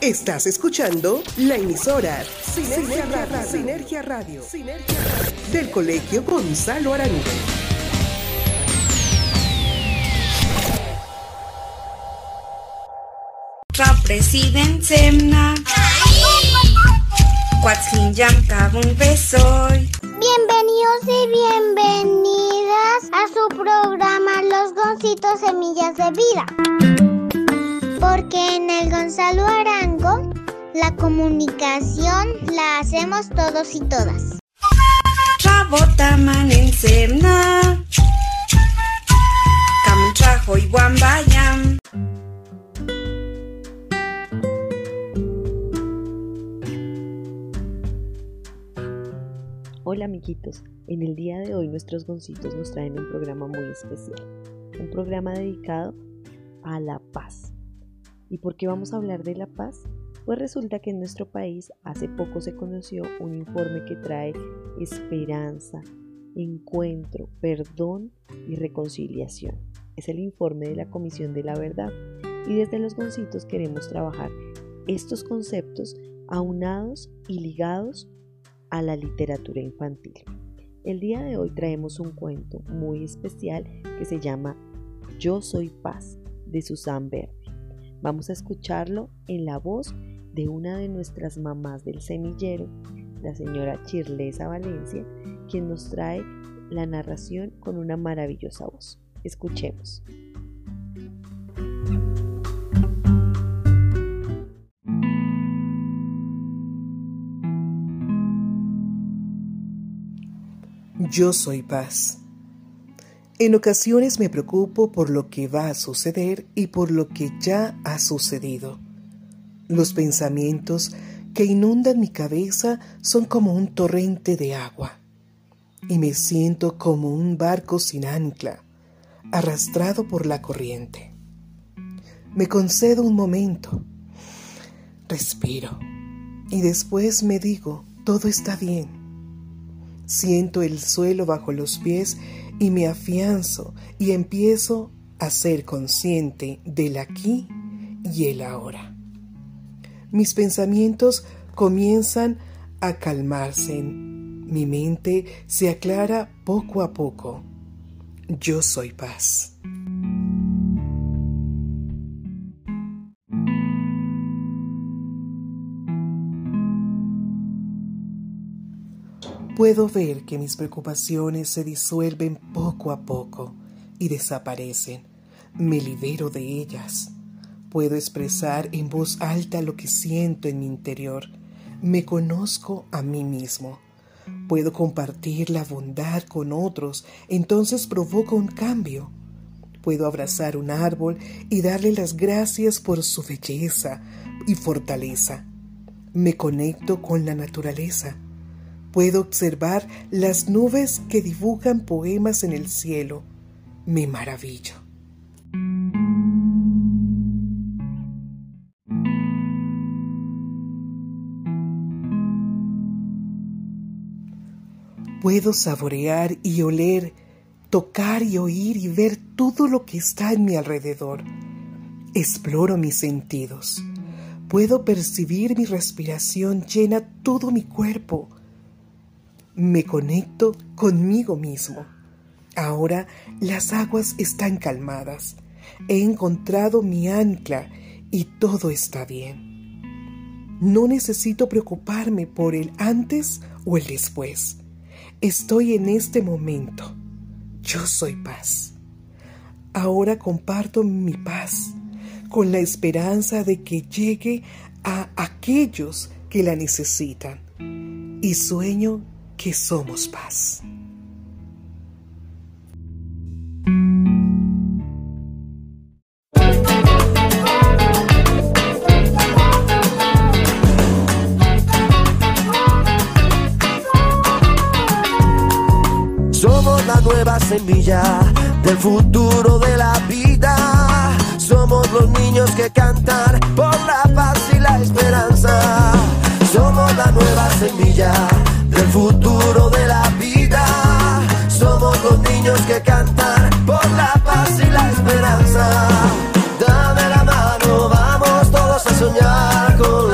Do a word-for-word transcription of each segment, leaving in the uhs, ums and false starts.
Estás escuchando la emisora Sinergia Radio, Sinergia Radio, Sinergia Radio del Colegio Gonzalo Arango. President Semna Cuatzinjam Kabun Besoy. Bienvenidos y bienvenidas a su programa Los Goncitos Semillas de Vida. Porque en el Gonzalo Arango la comunicación la hacemos todos y todas. Trabotaman en Semna Kamtrajo y Wambayam. Hola amiguitos, en el día de hoy nuestros goncitos nos traen un programa muy especial, un programa dedicado a la paz. ¿Y por qué vamos a hablar de la paz? Pues resulta que en nuestro país hace poco se conoció un informe que trae esperanza, encuentro, perdón y reconciliación. Es el informe de la Comisión de la Verdad y desde los goncitos queremos trabajar estos conceptos aunados y ligados a la literatura infantil. El día de hoy traemos un cuento muy especial que se llama Yo soy paz, de Susan Verne. Vamos a escucharlo en la voz de una de nuestras mamás del semillero, la señora Chirlesa Valencia, quien nos trae la narración con una maravillosa voz. Escuchemos. Yo soy paz. En ocasiones me preocupo por lo que va a suceder y por lo que ya ha sucedido. Los pensamientos que inundan mi cabeza son como un torrente de agua y me siento como un barco sin ancla, arrastrado por la corriente. Me concedo un momento, respiro y después me digo, todo está bien. Siento el suelo bajo los pies y me afianzo y empiezo a ser consciente del aquí y el ahora. Mis pensamientos comienzan a calmarse. Mi mente se aclara poco a poco. Yo soy paz. Puedo ver que mis preocupaciones se disuelven poco a poco y desaparecen. Me libero de ellas. Puedo expresar en voz alta lo que siento en mi interior. Me conozco a mí mismo. Puedo compartir la bondad con otros, entonces provoco un cambio. Puedo abrazar un árbol y darle las gracias por su belleza y fortaleza. Me conecto con la naturaleza. Puedo observar las nubes que dibujan poemas en el cielo. Me maravillo. Puedo saborear y oler, tocar y oír y ver todo lo que está en mi alrededor. Exploro mis sentidos. Puedo percibir mi respiración llena todo mi cuerpo. Me conecto conmigo mismo. Ahora las aguas están calmadas. He encontrado mi ancla y todo está bien. No necesito preocuparme por el antes o el después. Estoy en este momento. Yo soy paz. Ahora comparto mi paz con la esperanza de que llegue a aquellos que la necesitan. Y sueño que somos paz. Somos la nueva semilla del futuro de la vida. Somos los niños que cantan por la paz y la esperanza. Somos la nueva semilla del futuro de la vida. Somos los niños que cantan por la paz y la esperanza. Dame la mano, vamos todos a soñar con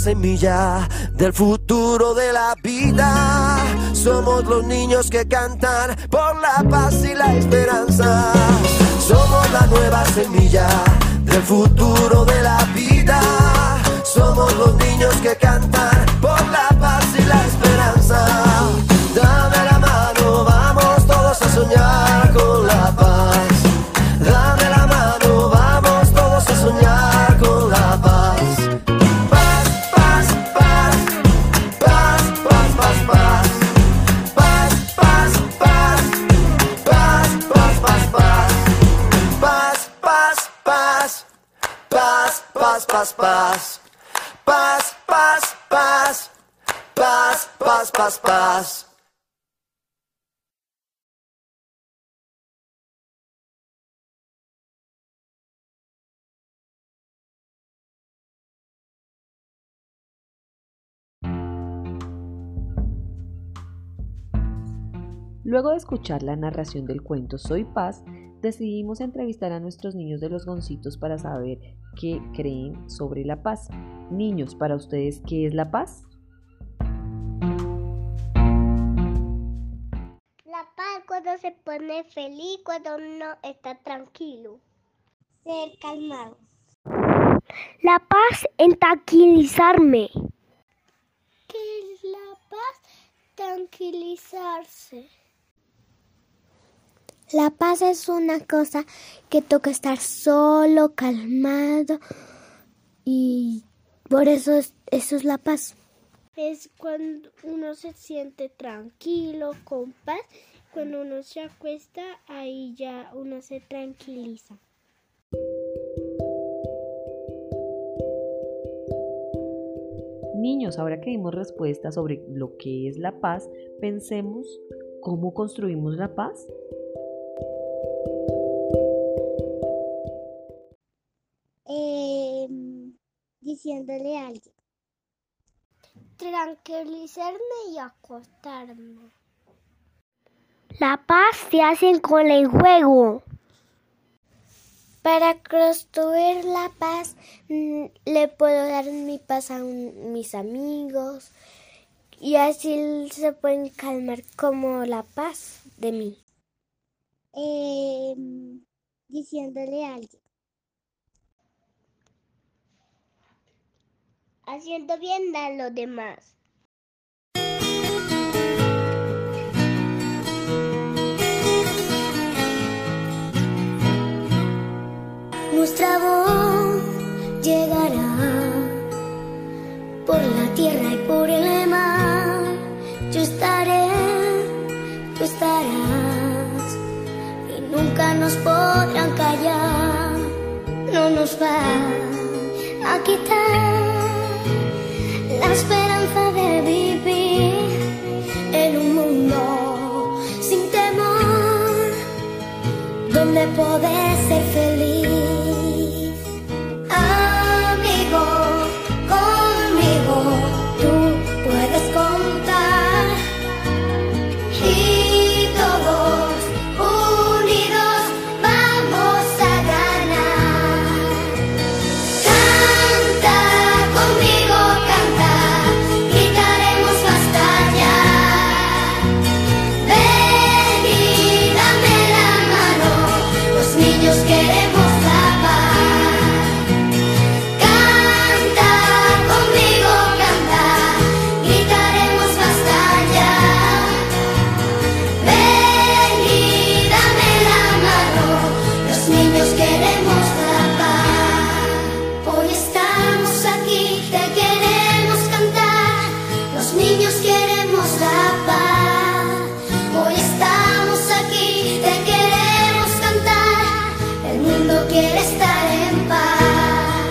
semilla del futuro de la vida. Somos los niños que cantan por la paz y la esperanza. Somos la nueva semilla del futuro de la vida. Somos los niños que cantan por la paz y la esperanza. Dame la mano, vamos todos a soñar con la paz. Dame la mano, vamos todos a soñar con la paz. Paz, paz, paz, paz, paz, paz, paz. Paz, paz, paz, paz, paz, paz, paz. Paz, paz, paz, paz, paz, paz, paz. Paz, paz, paz, paz, paz, paz, paz. Luego de escuchar la narración del cuento Soy Paz, decidimos entrevistar a nuestros niños de los Goncitos para saber qué creen sobre la paz. Niños, para ustedes, ¿qué es la paz? La paz cuando se pone feliz, cuando uno está tranquilo. Ser calmado. La paz en tranquilizarme. ¿Qué es la paz? Tranquilizarse. La paz es una cosa que toca estar solo, calmado, y por eso es, eso es la paz. Es cuando uno se siente tranquilo, con paz. Cuando uno se acuesta, ahí ya uno se tranquiliza. Niños, ahora que dimos respuesta sobre lo que es la paz, pensemos cómo construimos la paz. Eh, diciéndole a alguien. Tranquilizarme y acostarme. La paz se hace con el juego. Para construir la paz, mmm, le puedo dar mi paz a un, mis amigos, y así se pueden calmar como la paz de mí. Eh, diciéndole a alguien. Haciendo bien a los demás. Nuestra voz llegará por la tierra y por el mar. Yo estaré, tú estarás, y nunca nos podrán callar. No nos va a quitar la esperanza de vivir en un mundo sin temor, donde poder ser feliz. Amigo, conmigo tú puedes contar, y todos unidos vamos a ganar. Canta conmigo, canta, gritaremos basta ya. Ven y dame la mano, los niños queremos la paz. Canta conmigo, canta, gritaremos basta ya. Ven y dame la mano, los niños queremos la paz. Hoy estamos aquí, te queremos cantar, los niños queremos la paz. Hoy estamos aquí, te queremos cantar, el mundo quiere estar en paz.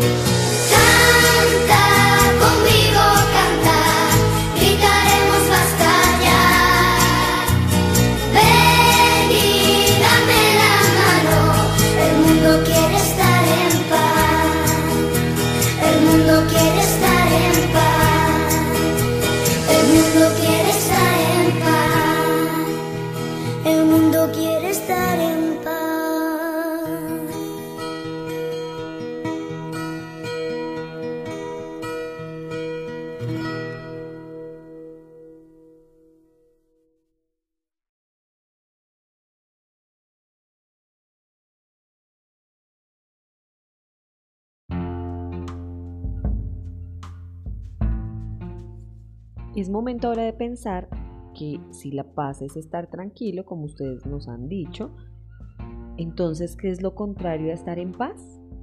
Canta conmigo, canta, gritaremos basta ya. Ven y dame la mano, el mundo quiere estar en paz. El mundo quiere estar en paz. El mundo quiere estar en paz. El mundo quiere estar en paz. Es momento ahora de pensar que si la paz es estar tranquilo, como ustedes nos han dicho, entonces, ¿qué es lo contrario a estar en paz?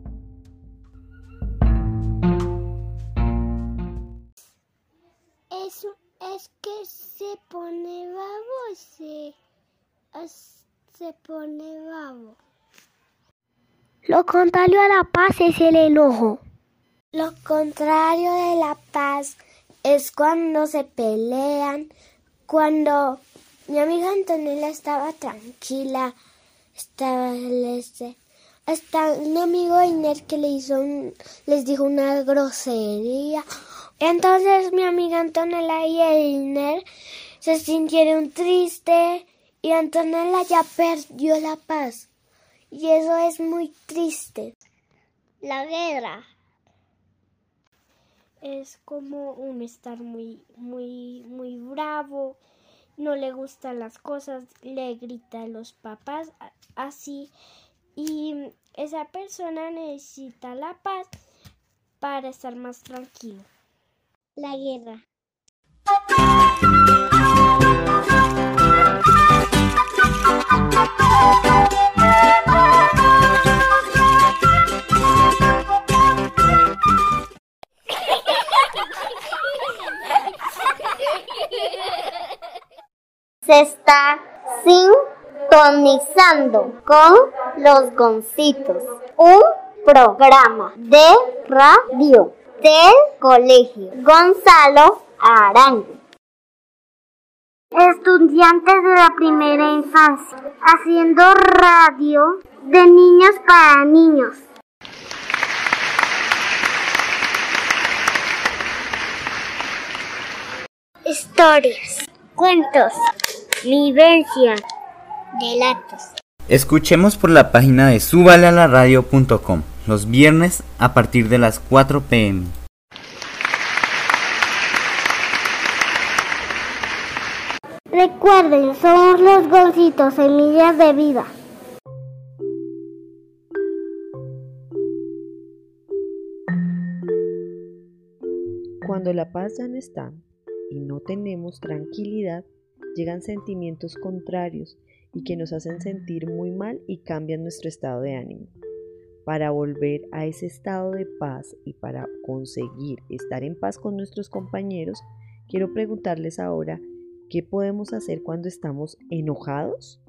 Es, es que se pone babo, se, es, se pone babo. Lo contrario a la paz es el enojo. Lo contrario de la paz es cuando se pelean. Cuando mi amiga Antonella estaba tranquila, estaba este, hasta un amigo Einer que le hizo un, les dijo una grosería. Entonces mi amiga Antonella y Einer se sintieron tristes y Antonella ya perdió la paz. Y eso es muy triste. La guerra es como un estar muy, muy, muy bravo, no le gustan las cosas, le grita a los papás, así, y esa persona necesita la paz para estar más tranquilo. La guerra. Se está sintonizando con Los Goncitos, un programa de radio del Colegio Gonzalo Arango. Estudiantes de la primera infancia, haciendo radio de niños para niños. Historias, cuentos, vivencias, relatos. Escuchemos por la página de súbale a la radio punto com los viernes a partir de las cuatro pe eme. Recuerden, somos los Goncitos, semillas de vida. Cuando la paz ya no está y no tenemos tranquilidad, llegan sentimientos contrarios y que nos hacen sentir muy mal y cambian nuestro estado de ánimo. Para volver a ese estado de paz y para conseguir estar en paz con nuestros compañeros, quiero preguntarles ahora, ¿qué podemos hacer cuando estamos enojados?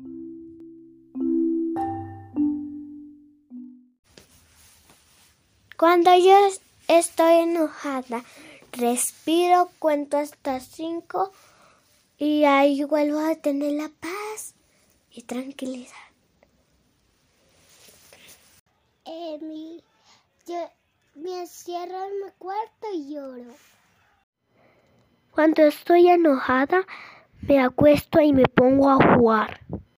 Cuando yo estoy enojada, respiro, cuento hasta cinco y ahí vuelvo a tener la paz y tranquilidad. Eh, mi, yo me encierro en mi cuarto y lloro. Cuando estoy enojada, me acuesto y me pongo a jugar.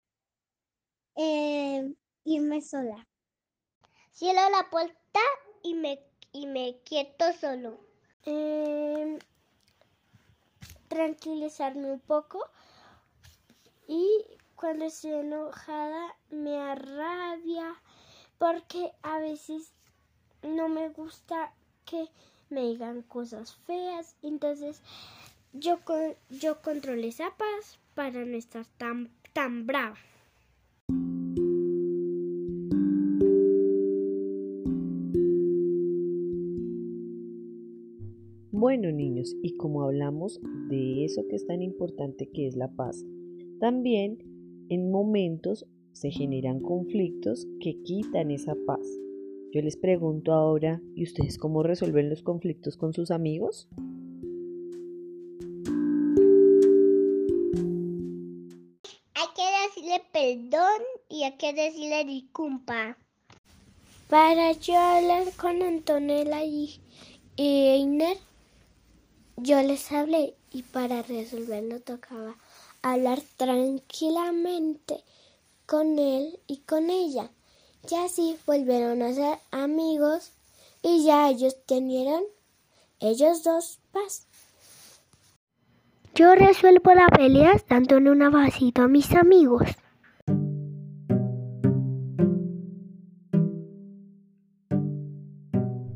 Eh, irme sola. Cierro la puerta y me, y me quieto solo. Eh, tranquilizarme un poco y cuando estoy enojada me arrabia porque a veces no me gusta que me digan cosas feas, entonces yo, yo controlo esa paz para no estar tan, tan brava. Bueno, niños, y como hablamos de eso que es tan importante que es la paz, también en momentos se generan conflictos que quitan esa paz. Yo les pregunto ahora, ¿y ustedes cómo resuelven los conflictos con sus amigos? Hay que decirle perdón y hay que decirle disculpa. Para yo hablar con Antonella y, y Einer, yo les hablé y para resolverlo tocaba hablar tranquilamente con él y con ella. Y así volvieron a ser amigos y ya ellos tenieron, ellos dos, paz. Yo resuelvo las peleas dándole un abracito a mis amigos.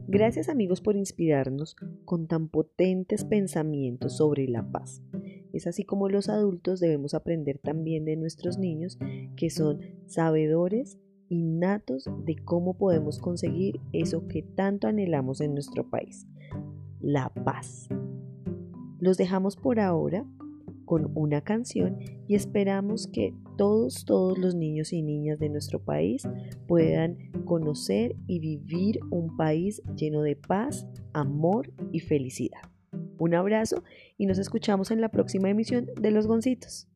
Gracias amigos por inspirarnos con tan potentes pensamientos sobre la paz. Es así como los adultos debemos aprender también de nuestros niños, que son sabedores innatos de cómo podemos conseguir eso que tanto anhelamos en nuestro país, la paz. Los dejamos por ahora con una canción y esperamos que todos, todos los niños y niñas de nuestro país puedan conocer y vivir un país lleno de paz, amor y felicidad. Un abrazo y nos escuchamos en la próxima emisión de Los Goncitos.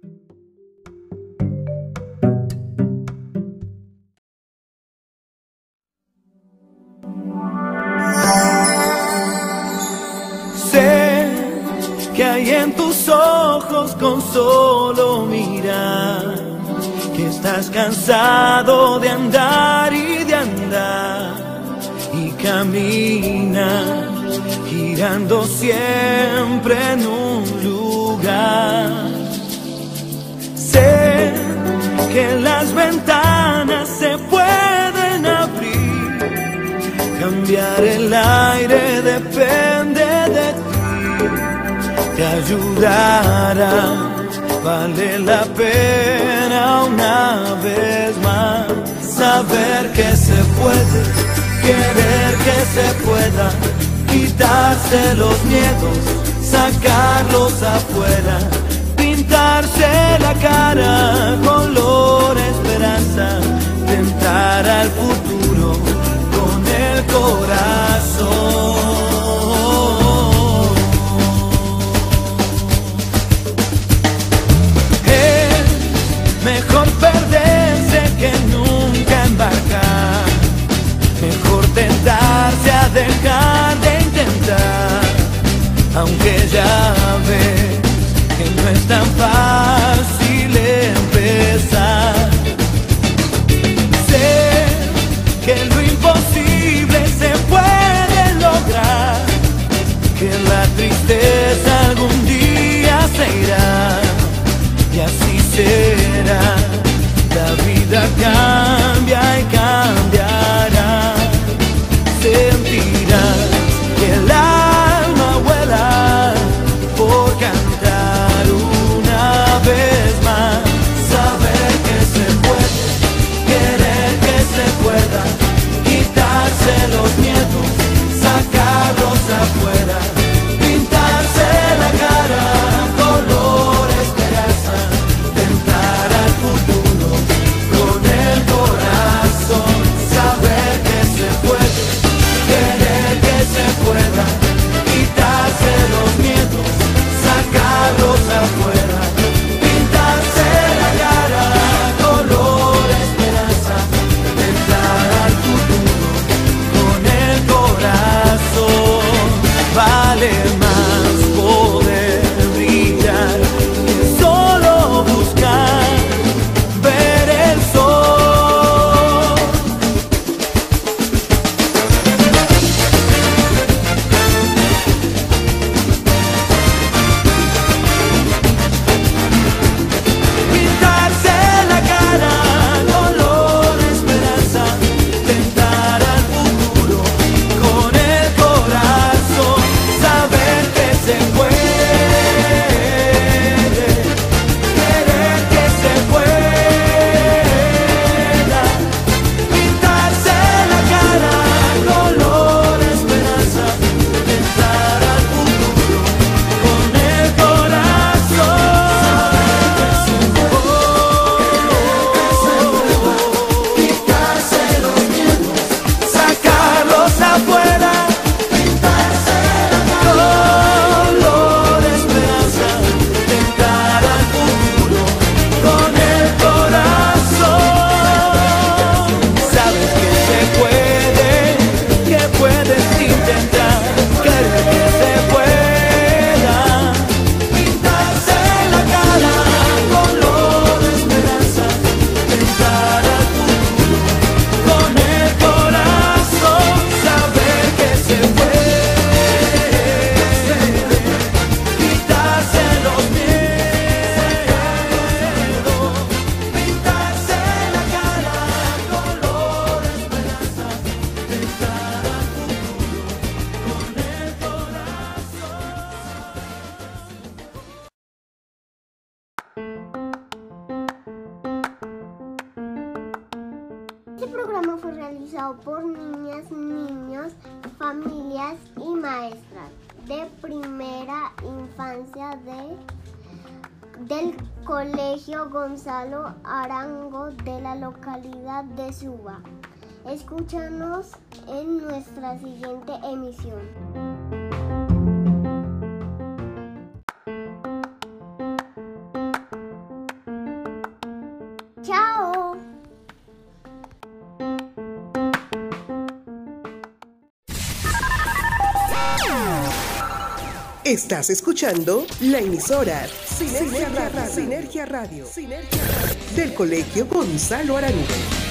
Sé que hay en tus ojos con solo mirar, que estás cansado de andar y de andar y caminar, girando siempre en un lugar. Sé que las ventanas se pueden abrir, cambiar el aire depende de ti. Te ayudará, vale la pena una vez más saber que se puede, querer que se pueda, quitarse los miedos, sacarlos afuera, pintarse la cara color esperanza, tentar al futuro con el corazón. Mejor perderse que nunca embarcar, mejor tentarse a dejar de intentar, aunque ya ves que no es tan fácil empezar. Sé que lo imposible se puede lograr, que la tristeza algún día se irá. Y así será, la vida cambia y cambiará. Sentirás que el alma vuela por cantar una vez más. Saber que se puede, querer que se pueda, quitarse los miedos, sacarlos afuera, pintarse la cara color esperanza, tentar al futuro con el corazón. programa fue realizado por niñas, niños, familias y maestras de primera infancia de, del Colegio Gonzalo Arango de la localidad de Suba. Escúchanos en nuestra siguiente emisión. ¡Chao! Estás escuchando la emisora Sinergia Radio, Sinergia Radio, Sinergia Radio del Colegio Gonzalo Arango.